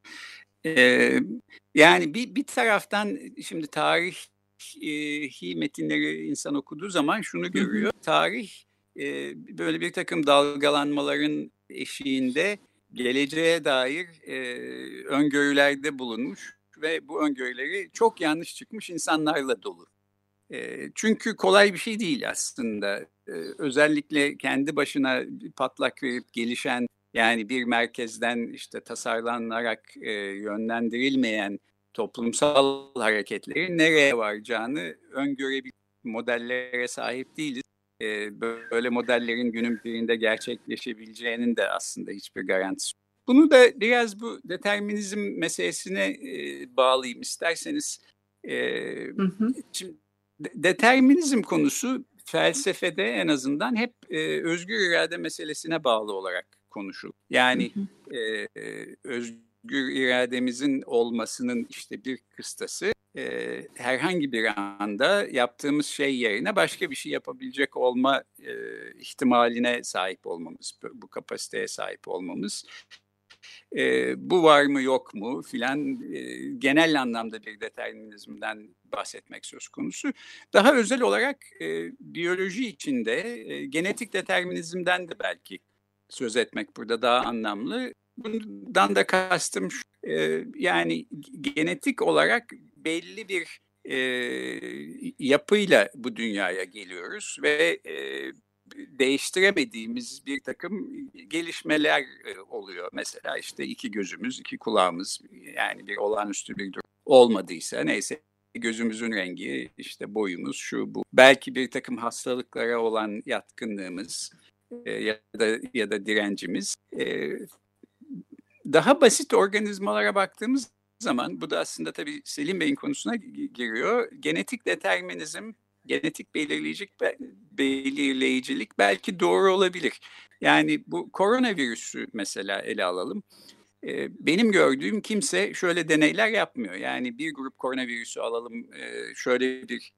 Yani bir taraftan şimdi tarihi metinleri insan okuduğu zaman şunu görüyor. Tarih böyle bir takım dalgalanmaların eşiğinde geleceğe dair öngörülerde bulunmuş ve bu öngörüleri çok yanlış çıkmış insanlarla dolu. Çünkü kolay bir şey değil aslında. Özellikle kendi başına patlak verip gelişen, yani bir merkezden işte tasarlanarak yönlendirilmeyen toplumsal hareketlerin nereye varacağını öngörebilen modellere sahip değiliz. Böyle modellerin günün birinde gerçekleşebileceğinin de aslında hiçbir garantisi yok. Bunu da biraz bu determinizm meselesine bağlayayım isterseniz. Şimdi determinizm konusu felsefede en azından hep özgür irade meselesine bağlı olarak konuşulur. Yani özgür irademizin olmasının işte bir kıstası herhangi bir anda yaptığımız şey yerine başka bir şey yapabilecek olma ihtimaline sahip olmamız, bu kapasiteye sahip olmamız. Bu var mı yok mu filan, genel anlamda bir determinizmden bahsetmek söz konusu. Daha özel olarak biyoloji içinde genetik determinizmden de belki söz etmek burada daha anlamlı. Bundan da kastım şu, yani genetik olarak belli bir yapıyla bu dünyaya geliyoruz ve değiştiremediğimiz bir takım gelişmeler oluyor. Mesela işte 2 gözümüz, 2 kulağımız, yani bir olağanüstü bir durum olmadıysa neyse, gözümüzün rengi, işte boyumuz, şu bu. Belki bir takım hastalıklara olan yatkınlığımız ya da direncimiz. Daha basit organizmalara baktığımız zaman, bu da aslında tabii Selim Bey'in konusuna giriyor. Genetik determinizm, genetik belirleyicilik belki doğru olabilir. Yani bu koronavirüsü mesela ele alalım. Benim gördüğüm kimse şöyle deneyler yapmıyor. Yani bir grup koronavirüsü alalım, şöyle bir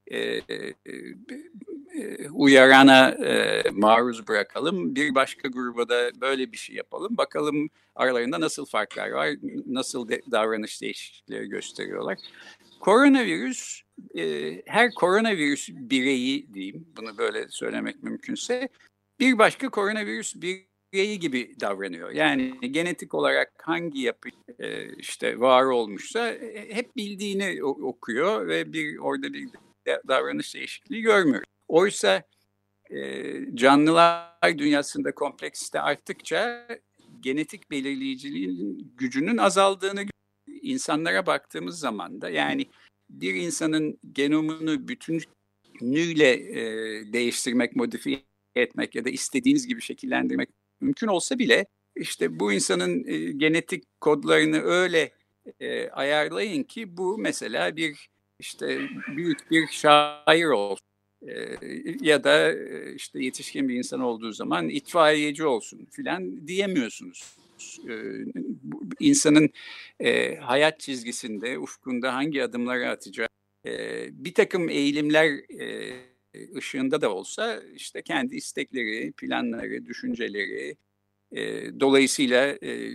uyarana maruz bırakalım. Bir başka gruba da böyle bir şey yapalım. Bakalım aralarında nasıl farklar var, nasıl davranış değişiklikleri gösteriyorlar. Koronavirüs, her koronavirüs bireyi diyeyim, bunu böyle söylemek mümkünse, bir başka koronavirüs bireyi gibi davranıyor. Yani genetik olarak hangi yapı işte var olmuşsa hep bildiğini okuyor ve orada bir davranış değişikliği görmüyoruz. Oysa canlılar dünyasında kompleksite arttıkça genetik belirleyiciliğin gücünün azaldığını, insanlara baktığımız zaman da, yani bir insanın genomunu bütünüyle değiştirmek, modifiye etmek ya da istediğiniz gibi şekillendirmek mümkün olsa bile, işte bu insanın genetik kodlarını öyle ayarlayın ki bu mesela bir işte büyük bir şair olsun ya da işte yetişkin bir insan olduğu zaman itfaiyeci olsun filan diyemiyorsunuz. İnsanın hayat çizgisinde, ufkunda hangi adımları atacağı, bir takım eğilimler ışığında da olsa işte kendi istekleri, planları, düşünceleri, dolayısıyla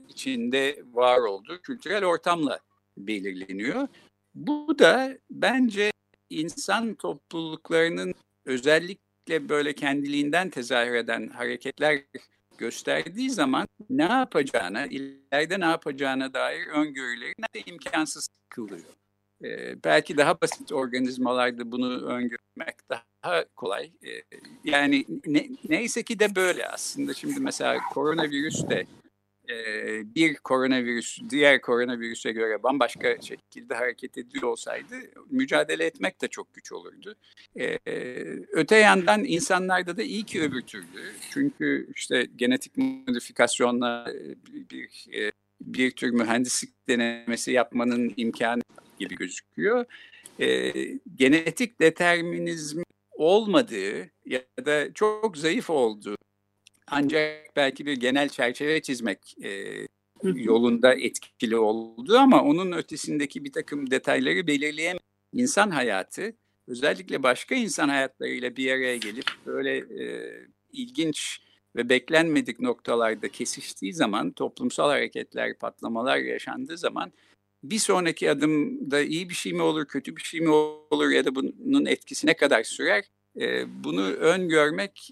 içinde var olduğu kültürel ortamla belirleniyor. Bu da bence insan topluluklarının özellikle böyle kendiliğinden tezahür eden hareketler gösterdiği zaman ne yapacağına, ileride ne yapacağına dair öngörüleri imkansız kılıyor. Belki daha basit organizmalarda bunu öngörmek daha kolay. Yani neyse ki de böyle aslında. Şimdi mesela koronavirüs de bir koronavirüs diğer koronavirüse göre bambaşka şekilde hareket ediyor olsaydı mücadele etmek de çok güç olurdu. Öte yandan insanlarda da iyi ki öbür türlü. Çünkü işte genetik modifikasyonla bir tür mühendislik denemesi yapmanın imkanı gibi gözüküyor. Genetik determinizm olmadığı ya da çok zayıf olduğu ancak belki bir genel çerçeve çizmek yolunda etkili oldu ama onun ötesindeki bir takım detayları belirleyen insan hayatı özellikle başka insan hayatlarıyla bir araya gelip böyle ilginç ve beklenmedik noktalarda kesiştiği zaman toplumsal hareketler, patlamalar yaşandığı zaman bir sonraki adımda iyi bir şey mi olur, kötü bir şey mi olur ya da bunun etkisi ne kadar sürer? Bunu öngörmek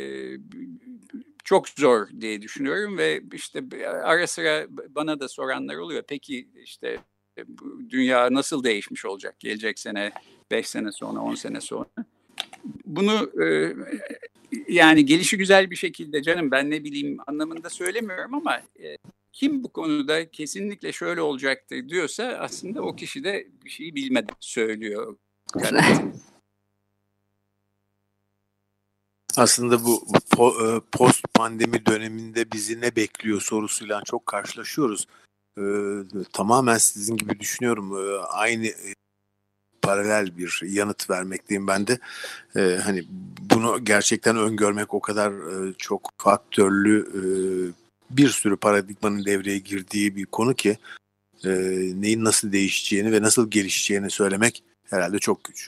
çok zor diye düşünüyorum ve işte ara sıra bana da soranlar oluyor. Peki işte dünya nasıl değişmiş olacak gelecek sene, 5 sene sonra, 10 sene sonra? Bunu yani gelişigüzel bir şekilde canım ben ne bileyim anlamında söylemiyorum ama kim bu konuda kesinlikle şöyle olacaktır diyorsa aslında o kişi de bir şeyi bilmeden söylüyor. Aslında bu post pandemi döneminde bizi ne bekliyor sorusuyla çok karşılaşıyoruz. Tamamen sizin gibi düşünüyorum. Aynı paralel bir yanıt vermekteyim ben de. Hani bunu gerçekten öngörmek o kadar çok faktörlü bir sürü paradigmanın devreye girdiği bir konu ki neyin nasıl değişeceğini ve nasıl gelişeceğini söylemek herhalde çok güç.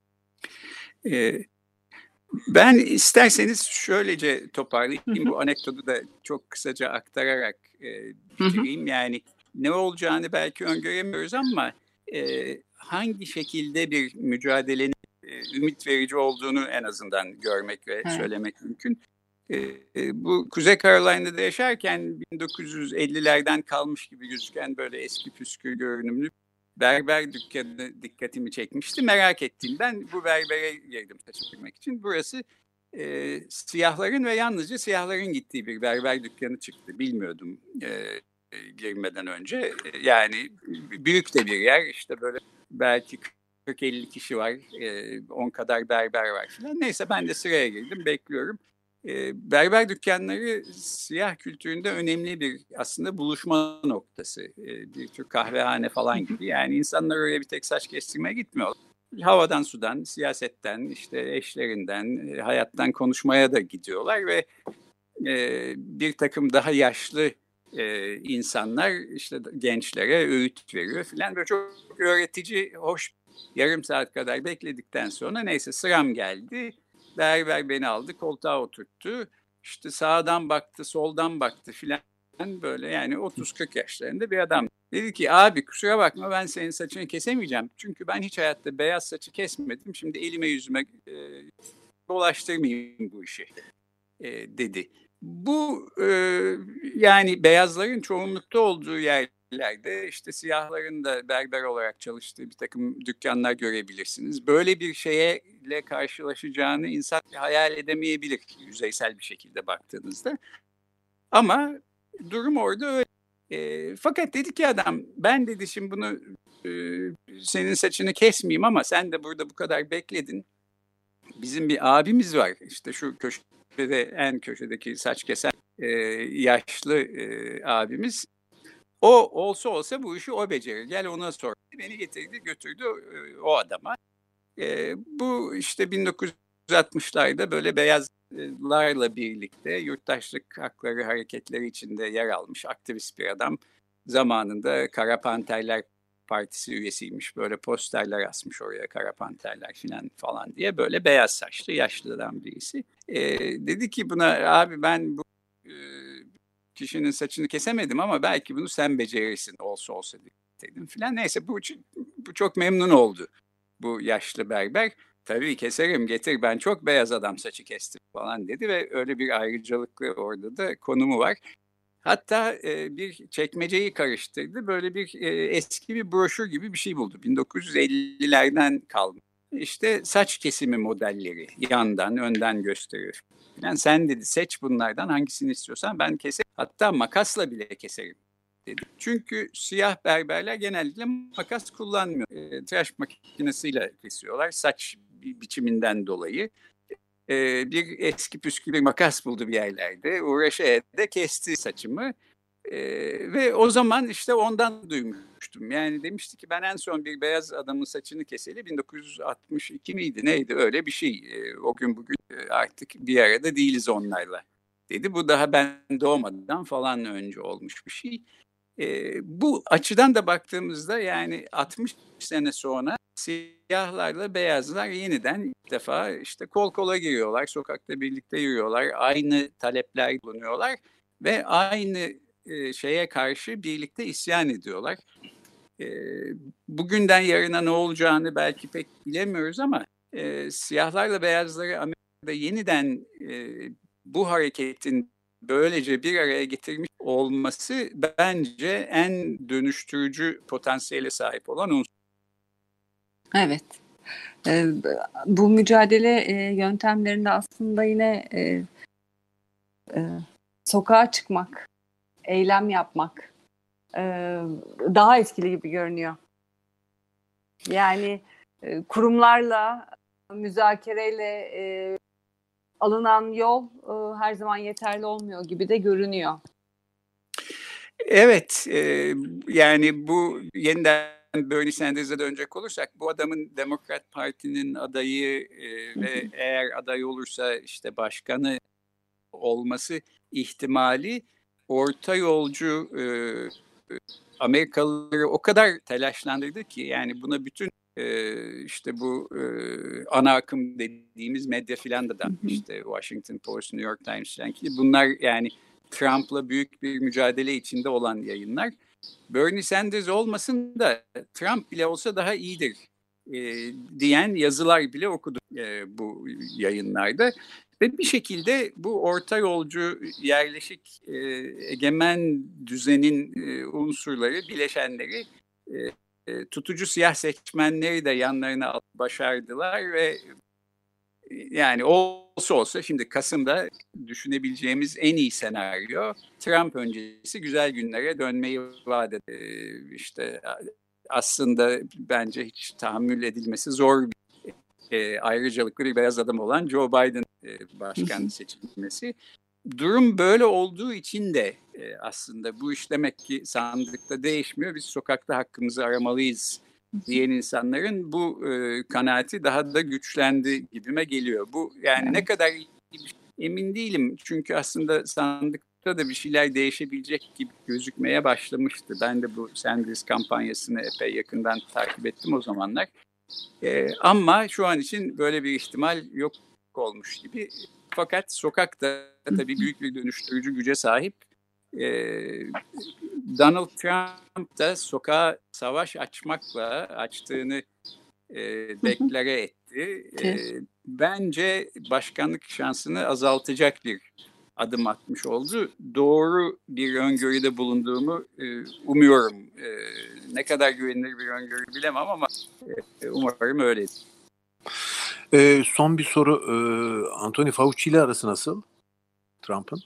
Ben isterseniz şöylece toparlayayım. Bu anekdotu da çok kısaca aktararak bitireyim. Yani ne olacağını belki öngöremiyoruz ama hangi şekilde bir mücadelenin ümit verici olduğunu en azından görmek ve söylemek mümkün. Bu Kuzey Carolina'da yaşarken 1950'lerden kalmış gibi gözüken böyle eski püskü görünümlü berber dükkanı dikkatimi çekmişti. Merak ettiğimden bu berbere girdim taşımak için. Burası siyahların ve yalnızca siyahların gittiği bir berber dükkanı çıktı. Bilmiyordum girmeden önce. Yani büyük de bir yer. İşte böyle belki 40-50 kişi var. 10 kadar berber var falan. Neyse ben de sıraya girdim. Bekliyorum. Berber dükkanları siyah kültüründe önemli bir aslında buluşma noktası. Bir tür kahvehane falan gibi. Yani insanlar öyle bir tek saç kestirmeye gitmiyorlar. Havadan sudan, siyasetten, işte eşlerinden, hayattan konuşmaya da gidiyorlar ve bir takım daha yaşlı insanlar işte gençlere öğüt veriyor falan. Böyle çok öğretici, hoş yarım saat kadar bekledikten sonra neyse sıram geldi. Berber beni aldı, koltuğa oturttu. İşte sağdan baktı, soldan baktı filan böyle yani 30-40 yaşlarında bir adam. Dedi ki abi kusura bakma ben senin saçını kesemeyeceğim. Çünkü ben hiç hayatta beyaz saçı kesmedim. Şimdi elime yüzüme dolaştırmayayım bu işi dedi. Bu yani beyazların çoğunlukta olduğu yerlerde işte siyahların da berber olarak çalıştığı bir takım dükkanlar görebilirsiniz. Böyle bir şeyle karşılaşacağını insan hayal edemeyebilir yüzeysel bir şekilde baktığınızda. Ama durum orada öyle. Fakat dedi ki adam ben dedi şimdi bunu senin saçını kesmeyeyim ama sen de burada bu kadar bekledin. Bizim bir abimiz var işte şu köşede en köşedeki saç kesen yaşlı abimiz. O olsa bu işi o becerir. Gel ona sor. Beni getirdi götürdü o adama. Bu işte 1960'larda böyle beyazlarla birlikte yurttaşlık hakları hareketleri içinde yer almış aktivist bir adam. Zamanında Kara Panterler Partisi üyesiymiş. Böyle posterler asmış oraya Kara Panterler falan diye. Böyle beyaz saçlı yaşlı adam birisi. Dedi ki buna abi ben bu kişinin saçını kesemedim ama belki bunu sen becerirsin olsa dedim filan. Neyse bu çok memnun oldu bu yaşlı berber. Tabii keserim getir, ben çok beyaz adam saçı kestim falan dedi ve öyle bir ayrıcalıklı orada da konumu var. Hatta bir çekmeceyi karıştırdı. Böyle bir eski bir broşür gibi bir şey buldu. 1950'lerden kalmış. İşte saç kesimi modelleri yandan, önden gösteriyor. Yani sen dedi seç bunlardan hangisini istiyorsan ben keserim. Hatta makasla bile keserim dedi. Çünkü siyah berberler genellikle makas kullanmıyor. Tıraş makinesiyle kesiyorlar saç biçiminden dolayı. Bir eski püskü bir makas buldu bir yerlerde. Uğraşa da kesti saçımı. Ve o zaman işte ondan duymuştum. Yani demişti ki ben en son bir beyaz adamın saçını keseli 1962 miydi neydi öyle bir şey. O gün bugün artık bir arada değiliz onlarla dedi. Bu daha ben doğmadan falan önce olmuş bir şey. Bu açıdan da baktığımızda yani 60 sene sonra siyahlarla beyazlar yeniden ilk defa işte kol kola giriyorlar, sokakta birlikte yürüyorlar, aynı talepler bulunuyorlar ve aynı şeye karşı birlikte isyan ediyorlar. Bugünden yarına ne olacağını belki pek bilemiyoruz ama siyahlarla beyazları Amerika'da yeniden bu hareketin böylece bir araya getirmiş olması bence en dönüştürücü potansiyele sahip olan unsur. Evet. Bu mücadele yöntemlerinde aslında yine sokağa çıkmak, eylem yapmak daha etkili gibi görünüyor. Yani kurumlarla, müzakereyle alınan yol her zaman yeterli olmuyor gibi de görünüyor. Evet, yani bu yeniden Bernie Sanders'a dönecek olursak bu adamın Demokrat Parti'nin adayı ve eğer aday olursa işte başkanı olması ihtimali orta yolcu Amerikalıları o kadar telaşlandırdı ki yani buna bütün işte bu ana akım dediğimiz medya filan da işte Washington Post, New York Times falan ki bunlar yani Trump'la büyük bir mücadele içinde olan yayınlar. Bernie Sanders olmasın da Trump bile olsa daha iyidir diyen yazılar bile okudum bu yayınlarda. Ve bir şekilde bu orta yolcu yerleşik egemen düzenin unsurları, bileşenleri tutucu siyah seçmenleri de yanlarına alıp başardılar ve yani olsa şimdi Kasım'da düşünebileceğimiz en iyi senaryo Trump öncesi güzel günlere dönmeyi vaat etti. İşte aslında bence hiç tahammül edilmesi zor bir ayrıcalıklı bir beyaz adam olan Joe Biden başkan seçilmesi. Durum böyle olduğu için de aslında bu iş demek ki sandıkta değişmiyor. Biz sokakta hakkımızı aramalıyız diyen insanların bu kanaati daha da güçlendi gibime geliyor. Bu yani ne kadar emin değilim. Çünkü aslında sandıkta da bir şeyler değişebilecek gibi gözükmeye başlamıştı. Ben de bu Sanders kampanyasını epey yakından takip ettim o zamanlar. Ama şu an için böyle bir ihtimal yok olmuş gibi. Fakat sokakta tabii büyük bir dönüştürücü güce sahip. Donald Trump da sokağa savaş açtığını deklare etti. Bence başkanlık şansını azaltacak bir adım atmış oldu. Doğru bir öngörüde bulunduğumu umuyorum. Ne kadar güvenilir bir öngörü bilemem ama umarım öyle. Son bir soru. Anthony Fauci ile arası nasıl Trump'ın?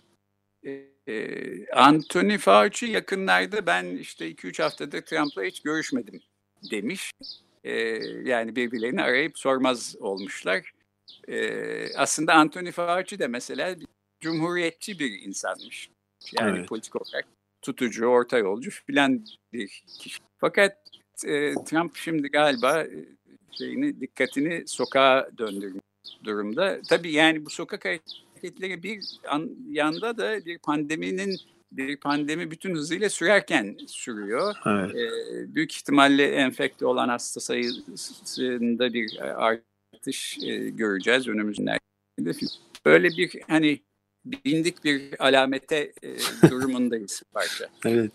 Anthony Fauci yakınlarda ben işte 2-3 haftadır Trump'la hiç görüşmedim demiş. Yani birbirlerini arayıp sormaz olmuşlar. Aslında Anthony Fauci de mesela cumhuriyetçi bir insanmış. Yani evet. Politik olarak tutucu, orta yolcu filan bir kişi. Fakat Trump şimdi galiba dikkatini sokağa döndürmüş durumda. Tabii yani bu sokak hareketleri bir yanda da bir pandemi bütün hızıyla sürerken sürüyor. Evet. Büyük ihtimalle enfekte olan hasta sayısında bir artış göreceğiz önümüzde. Böyle bir hani bilindik bir alamete durumundayız parça. Evet.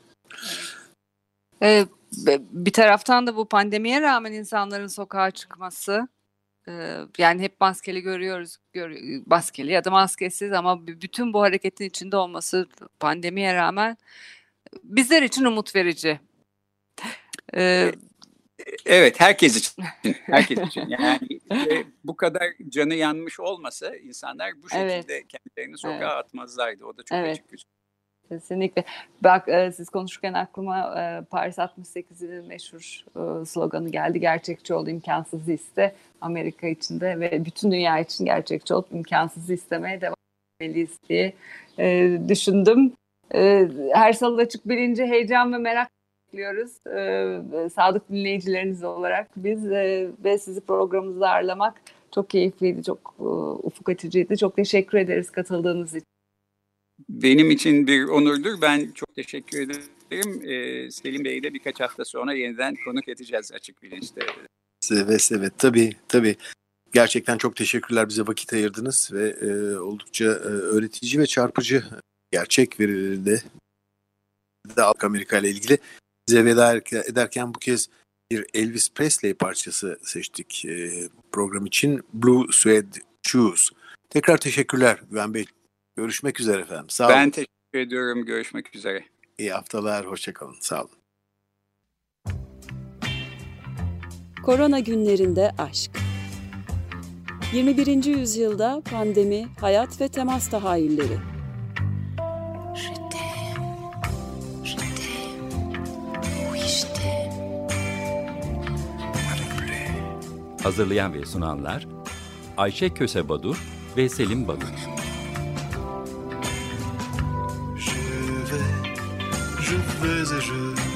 Bir taraftan da bu pandemiye rağmen insanların sokağa çıkması, yani hep maskeli görüyoruz, maskeli ya da maskesiz, ama bütün bu hareketin içinde olması pandemiye rağmen bizler için umut verici. Evet, herkes için. Herkes için. Yani bu kadar canı yanmış olmasa insanlar bu şekilde kendilerini sokağa atmazlardı. O da çok açık gözüküyor. Kesinlikle. Bak, siz konuşurken aklıma Paris 68'in meşhur sloganı geldi. Gerçekçi ol, imkansızı iste. Amerika için de ve bütün dünya için gerçekçi olup imkansızı istemeye devam etmeliyiz diye düşündüm. Her salı açık bilince heyecan ve merak bekliyoruz. Sadık dinleyicileriniz olarak biz ve sizi programımızda ağırlamak çok keyifliydi, çok ufuk açıcıydı. Çok teşekkür ederiz katıldığınız için. Benim için bir onurdur. Ben çok teşekkür ederim. Selim Bey'i de birkaç hafta sonra yeniden konuk edeceğiz Açık Bilinç'te. Evet, tabii. Gerçekten çok teşekkürler, bize vakit ayırdınız ve oldukça öğretici ve çarpıcı gerçek verileri de Amerika ile ilgili. Size veda ederken bu kez bir Elvis Presley parçası seçtik program için. Blue Suede Shoes. Tekrar teşekkürler Güven Bey. Görüşmek üzere efendim. Sağ olun. Ben teşekkür ediyorum. Görüşmek üzere. İyi haftalar. Hoşçakalın. Sağ olun. Korona günlerinde aşk. 21. yüzyılda pandemi, hayat ve temas tahayyülleri. Hazırlayan ve sunanlar Ayşe Köse Badur ve Selim Badur. Je vais et je